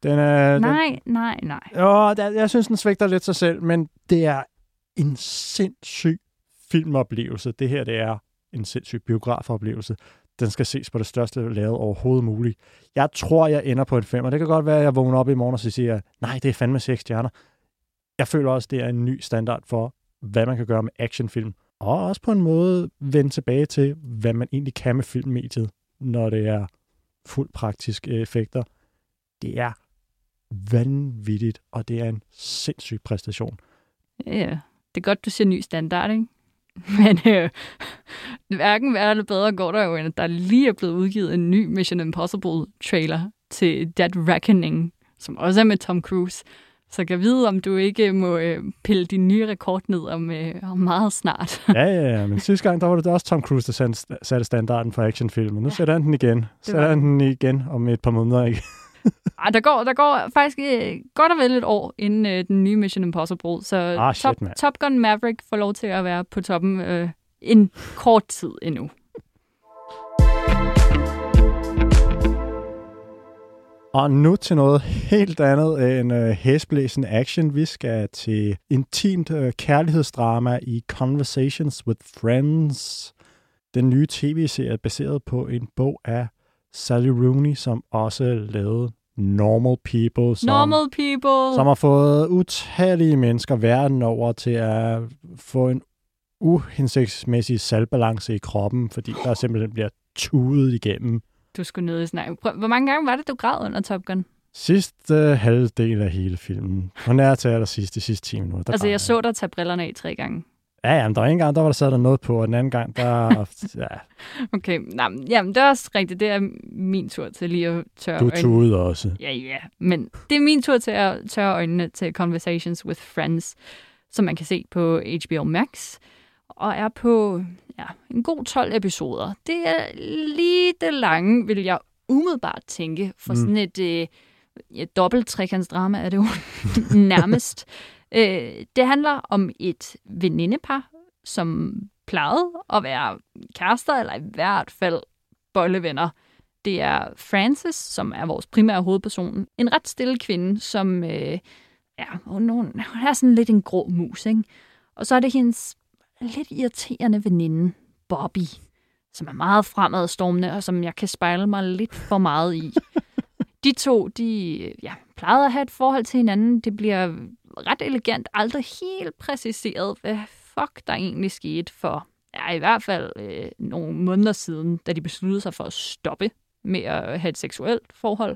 A: Nej.
B: Jo, jeg synes, den svigter lidt sig selv, men det er en sindssyg filmoplevelse. Det her, det er en sindssyg biografoplevelse. Den skal ses på det største lavet overhovedet muligt. Jeg tror, jeg ender på en 5'er. Det kan godt være, at jeg vågner op i morgen og siger, nej, det er fandme 6 stjerner. Jeg føler også, det er en ny standard for, hvad man kan gøre med actionfilm. Og også på en måde vende tilbage til, hvad man egentlig kan med filmmediet, når det er fuldt praktiske effekter. Det er vanvittigt, og det er en sindssyg præstation.
A: Ja, det er godt, du siger ny standard, ikke? Men hverken værre eller bedre går der jo, end at der lige er blevet udgivet en ny Mission Impossible-trailer til Dead Reckoning, som også er med Tom Cruise. Så kan vide, om du ikke må pille din nye rekord ned om meget snart.
B: Ja, men sidste gang, der var det også Tom Cruise, der satte standarden for actionfilmen. Nu sætter han den igen. Sætter han den igen om et par måneder, ikke?
A: Der går faktisk godt og vel et år inden den nye Mission Impossible, så Top Gun Maverick får lov til at være på toppen en kort tid endnu.
B: Og nu til noget helt andet end hæsblæsende action. Vi skal til intimt kærlighedsdrama i Conversations with Friends. Den nye tv-serie baseret på en bog af Sally Rooney, som også lavede Normal People, som har fået utallige mennesker verden over til at få en uhensigtsmæssig saltbalance i kroppen, fordi der simpelthen bliver tudet igennem.
A: Du skulle nødig snakke. Hvor mange gange var det, du græd under Top Gun?
B: Sidste halvdel af hele filmen. På nær til allersidst, de sidste 10 minutter.
A: Altså, jeg så dig tage brillerne af 3 gange.
B: Ja, men der var en gang, der sad der noget på, og den anden gang, der... ja.
A: Okay, jamen, det er også rigtigt. Det er min tur til lige at tørre
B: øjnene. Du tudede også.
A: Ja, men det er min tur til at tørre øjnene til Conversations with Friends, som man kan se på HBO Max, og er på en god 12 episoder. Det er lige det lange, vil jeg umiddelbart tænke, for sådan et dobbelt trekantsdrama er det jo nærmest. Det handler om et venindepar, som plejede at være kærester, eller i hvert fald bollevenner. Det er Frances, som er vores primære hovedperson. En ret stille kvinde, som hun er sådan lidt en grå mus, ikke? Og så er det hendes lidt irriterende veninde, Bobby, som er meget fremadstormende, og som jeg kan spejle mig lidt for meget i. De to, plejede at have et forhold til hinanden. Det bliver ret elegant, aldrig helt præciseret, hvad fuck der egentlig skete for, i hvert fald nogle måneder siden, da de besluttede sig for at stoppe med at have et seksuelt forhold.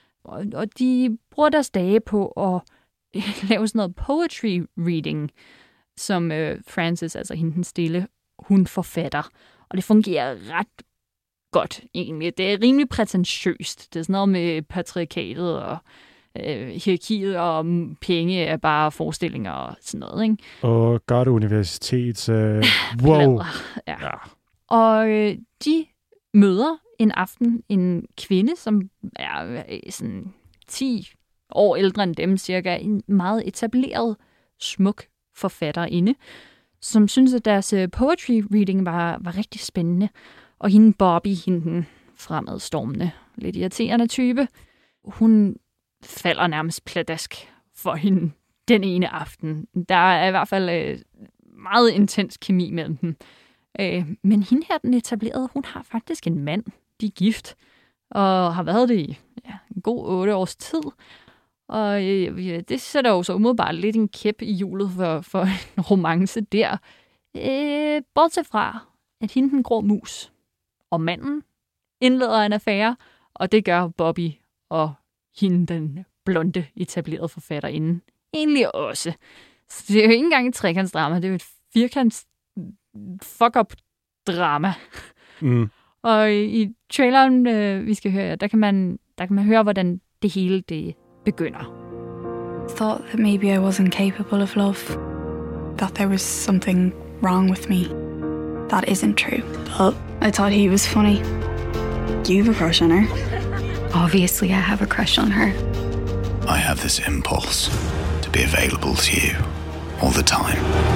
A: Og de bruger deres dage på at lave sådan noget poetry reading, som Frances, altså hende den stille, hun forfatter. Og det fungerer ret godt, egentlig. Det er rimelig prætentiøst. Det er sådan noget med patriarkatet og hierarkiet og penge er bare forestillinger og sådan noget, ikke?
B: Og godt universitet. Wow.
A: Ja. Og de møder en aften en kvinde, som er sådan 10 år ældre end dem, cirka en meget etableret, smuk forfatterinde, som synes, at deres poetry reading var rigtig spændende. Og hende Bobby, hende fremadstormende, lidt irriterende type, hun falder nærmest pladask for hende den ene aften. Der er i hvert fald meget intens kemi mellem dem. Men hende her, den etablerede, hun har faktisk en mand. De er gift, og har været det i en god 8 års tid. Og det sætter jo så umiddelbart lidt en kæp i hjulet for en romance der. Bortset fra, at hende den grå mus og manden indleder en affære, og det gør Bobby og hende den blonde etablerede forfatterinde egentlig også. Så det er jo ikke engang et trekantsdrama, det er jo et firkants fuck-up drama.
B: Mm.
A: Og i traileren, vi skal høre, der kan man høre, hvordan det hele det begynder.
M: Thought that maybe I wasn't capable of love. That there was something wrong with me. That isn't true. But I thought he was funny. You have a crush on her.
N: Obviously, I have a crush on her.
O: I have this impulse to be available to you all the time.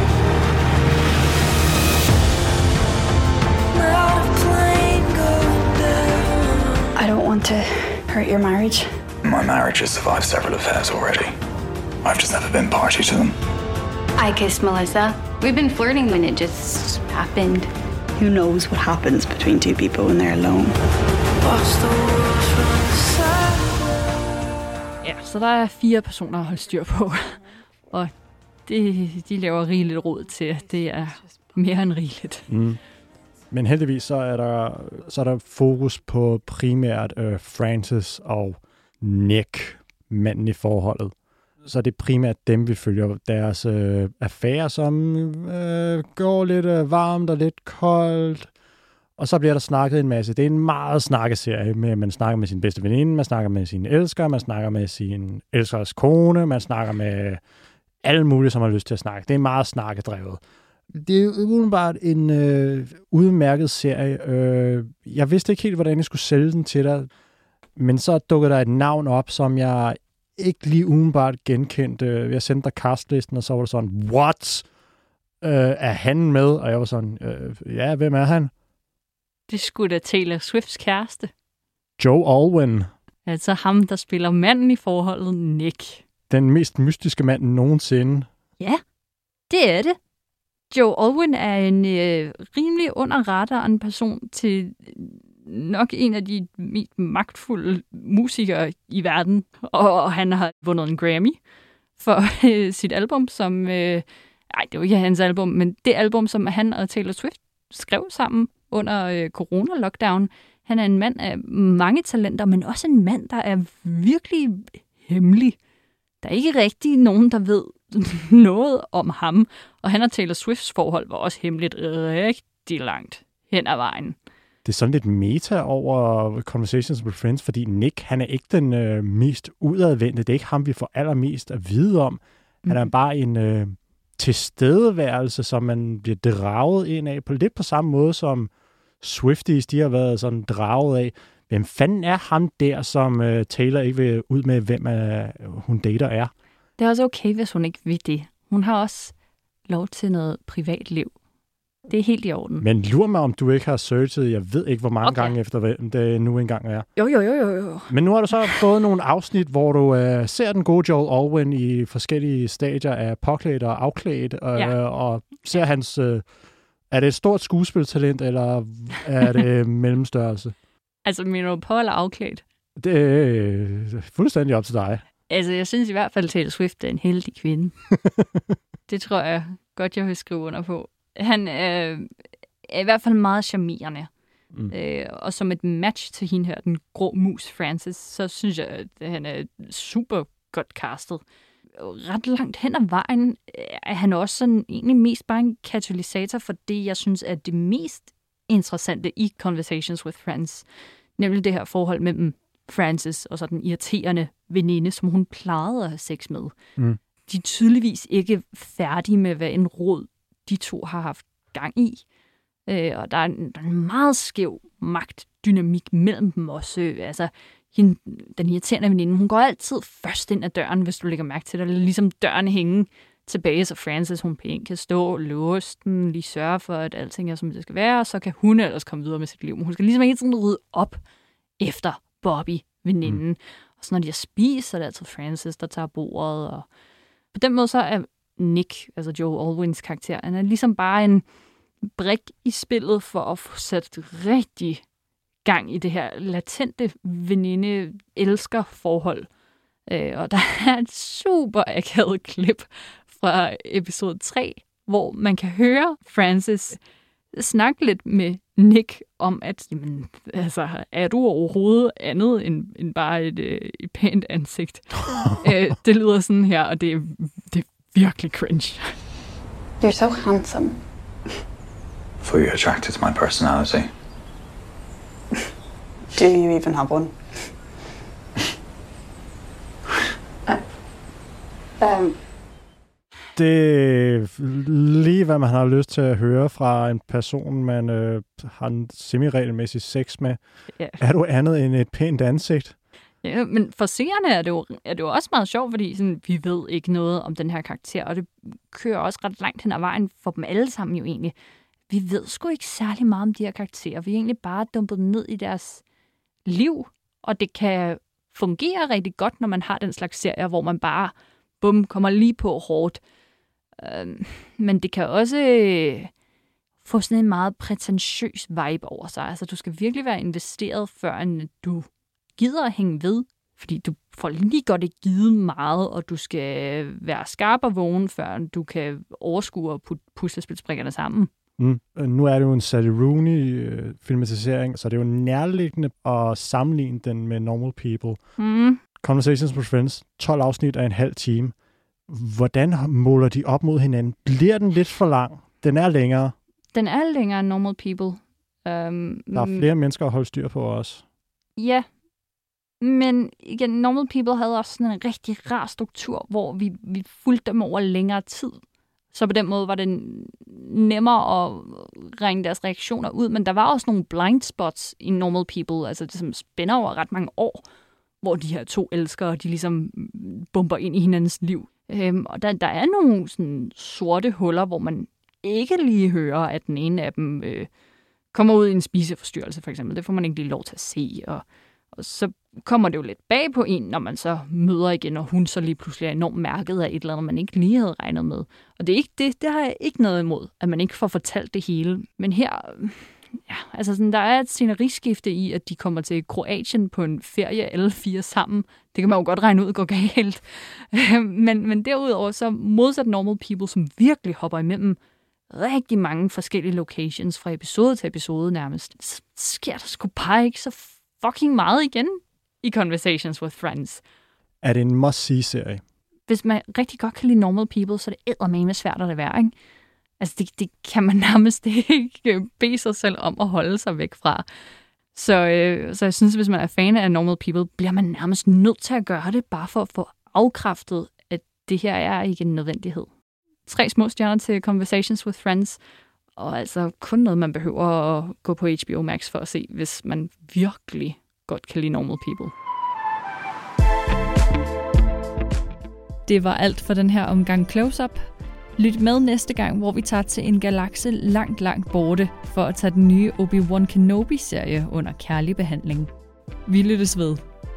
M: I don't want to hurt your marriage.
O: My marriage has survived several affairs already. I've just never been party to them.
N: I kissed Melissa. We've been flirting when it just happened.
M: Who knows what happens between two people when they're alone?
A: Ja, så der er 4 personer at holde styr på. Og de laver rigeligt råd til. Det er mere end rigeligt.
B: Mm. Men heldigvis så er der fokus på primært Francis og Nick, manden i forholdet. Så det er primært dem, vi følger deres affære, som går lidt varmt og lidt koldt. Og så bliver der snakket en masse. Det er en meget snakkeserie. Man snakker med sin bedste veninde, man snakker med sin elsker, man snakker med sin elskers kone, man snakker med alle mulige, som har lyst til at snakke. Det er meget snakkedrevet. Det er udenbart en udmærket serie. Jeg vidste ikke helt, hvordan jeg skulle sælge den til dig, men så dukkede der et navn op, som jeg ikke lige udenbart genkendte. Jeg sendte dig castlisten, og så var det sådan, what? Er han med? Og jeg var sådan, ja, hvem er han?
A: Det skulle da Taylor Swifts kæreste.
B: Joe Alwyn.
A: Altså ham, der spiller manden i forholdet, Nick.
B: Den mest mystiske mand nogensinde.
A: Ja, det er det. Joe Alwyn er en rimelig under radaren person til nok en af de mest magtfulde musikere i verden. Og han har vundet en Grammy for sit album, som... det var ikke hans album, men det album, som han og Taylor Swift skrev sammen under corona-lockdown. Han er en mand af mange talenter, men også en mand, der er virkelig hemmelig. Der er ikke rigtig nogen, der ved noget om ham. Og han og Taylor Swifts forhold var også hemmeligt rigtig langt hen ad vejen.
B: Det er sådan lidt meta over Conversations with Friends, fordi Nick, han er ikke den mest udadvendte. Det er ikke ham, vi får allermest at vide om. Han er bare en tilstedeværelse, som man bliver draget ind af, på lidt på samme måde som Swifties, de har været sådan draget af. Hvem fanden er ham der, som Taylor ikke vil ud med, hvem hun dater er?
A: Det er også okay, hvis hun ikke vil det. Hun har også lov til noget privatliv. Det er helt i orden.
B: Men lur mig, om du ikke har searchet, jeg ved ikke, hvor mange gange efter, hvem det nu engang er.
A: Jo.
B: Men nu har du så fået nogle afsnit, hvor du ser den gode Joel Alwyn i forskellige stadier af påklædt og afklædt, og ser hans... er det et stort skuespiltalent, eller er det mellemstørrelse?
A: Altså, mener du på eller afklædt?
B: Det er fuldstændig op til dig.
A: Altså, jeg synes i hvert fald, at Taylor Swift er en heldig kvinde. Det tror jeg godt, jeg vil skrive under på. Han er i hvert fald meget charmerende. Og som et match til hende her, den grå mus Francis, så synes jeg, at han er super godt castet. Ret langt hen ad vejen er han også sådan egentlig mest bare en katalysator for det, jeg synes er det mest interessante i Conversations with Friends. Nemlig det her forhold mellem Frances og så den irriterende veninde, som hun plejede at have sex med.
B: Mm.
A: De er tydeligvis ikke færdige med, hvad en rod de to har haft gang i. Og der er en meget skæv magtdynamik mellem dem også. Altså, den irriterende veninde, hun går altid først ind ad døren, hvis du lægger mærke til det. Ligesom døren hænge tilbage, så Frances, hun pænt kan stå og låse den, lige sørge for, at alting er, som det skal være, og så kan hun ellers komme videre med sit liv. Men hun skal ligesom hele tiden rydde op efter Bobby, veninden. Og så når de har spist, så er det altid Frances, der tager bordet. Og på den måde så er Nick, altså Joe Alwyns karakter, han er ligesom bare en brik i spillet for at få sat rigtig gang i det her latente veninde-elsker-forhold. Og der er et super akavet klip fra episode 3, hvor man kan høre Frances snakke lidt med Nick om, at jamen, altså, er du overhovedet andet end bare et pænt ansigt? Det lyder sådan her, og det er virkelig cringe.
M: You're so handsome.
O: For you're attracted to my personality.
M: Do you even have one?
B: Det er lige, hvad man har lyst til at høre fra en person, man har en semi-regelmæssig sex med.
A: Ja.
B: Er du andet end et pænt ansigt?
A: Ja, men for seerne er det jo også meget sjovt, fordi sådan, vi ved ikke noget om den her karakter, og det kører også ret langt hen ad vejen for dem alle sammen jo egentlig. Vi ved sgu ikke særlig meget om de her karakterer. Vi er egentlig bare dumpet ned i deres liv, og det kan fungere rigtig godt, når man har den slags serier, hvor man bare kommer lige på hårdt. Men det kan også få sådan en meget prætentiøs vibe over sig. Altså, du skal virkelig være investeret, før du gider at hænge ved, fordi du får lige godt ikke givet meget, og du skal være skarp og vågen, før du kan overskue og putte puslespilsbrikkerne sammen.
B: Nu er det jo en Sally Rooney-filmatisering, så det er jo nærliggende at sammenligne den med Normal People. Conversations with Friends, 12 afsnit af en halv time. Hvordan måler de op mod hinanden? Bliver den lidt for lang? Den er længere.
A: Den er længere end Normal People.
B: Der er flere mennesker at holde styr på også.
A: Ja, men igen, Normal People havde også sådan en rigtig rar struktur, hvor vi fulgte dem over længere tid. Så på den måde var det nemmere at ringe deres reaktioner ud, men der var også nogle blind spots i Normal People, altså det som spænder over ret mange år, hvor de her to elskere, de ligesom bomber ind i hinandens liv. Og der er nogle sådan sorte huller, hvor man ikke lige hører, at den ene af dem kommer ud i en spiseforstyrrelse, for eksempel. Det får man ikke lige lov til at se, og så kommer det jo lidt bag på en, når man så møder igen, og hun så lige pludselig er enormt mærket af et eller andet, man ikke lige havde regnet med. Og det er ikke det har jeg ikke noget imod, at man ikke får fortalt det hele. Men her, ja, altså sådan, der er et sceneriskifte i, at de kommer til Kroatien på en ferie, alle fire sammen. Det kan man jo godt regne ud går galt. Men derudover så modsat Normal People, som virkelig hopper imellem rigtig mange forskellige locations fra episode til episode nærmest, så sker der sgu bare ikke så fucking meget igen i Conversations with Friends.
B: Er det en must-see-serie?
A: Hvis man rigtig godt kan lide Normal People, så er det eddermame svært at det være, ikke? Altså, det kan man nærmest ikke bede sig selv om at holde sig væk fra. Så jeg synes, hvis man er fan af Normal People, bliver man nærmest nødt til at gøre det, bare for at få afkræftet, at det her er ikke en nødvendighed. 3 små stjerner til Conversations with Friends, og altså kun noget, man behøver at gå på HBO Max for at se, hvis man virkelig godt kan lide Normal People. Det var alt for den her omgang Close-Up. Lyt med næste gang, hvor vi tager til en galakse langt, langt borte, for at tage den nye Obi-Wan Kenobi-serie under kærlig behandling. Vi lyttes ved.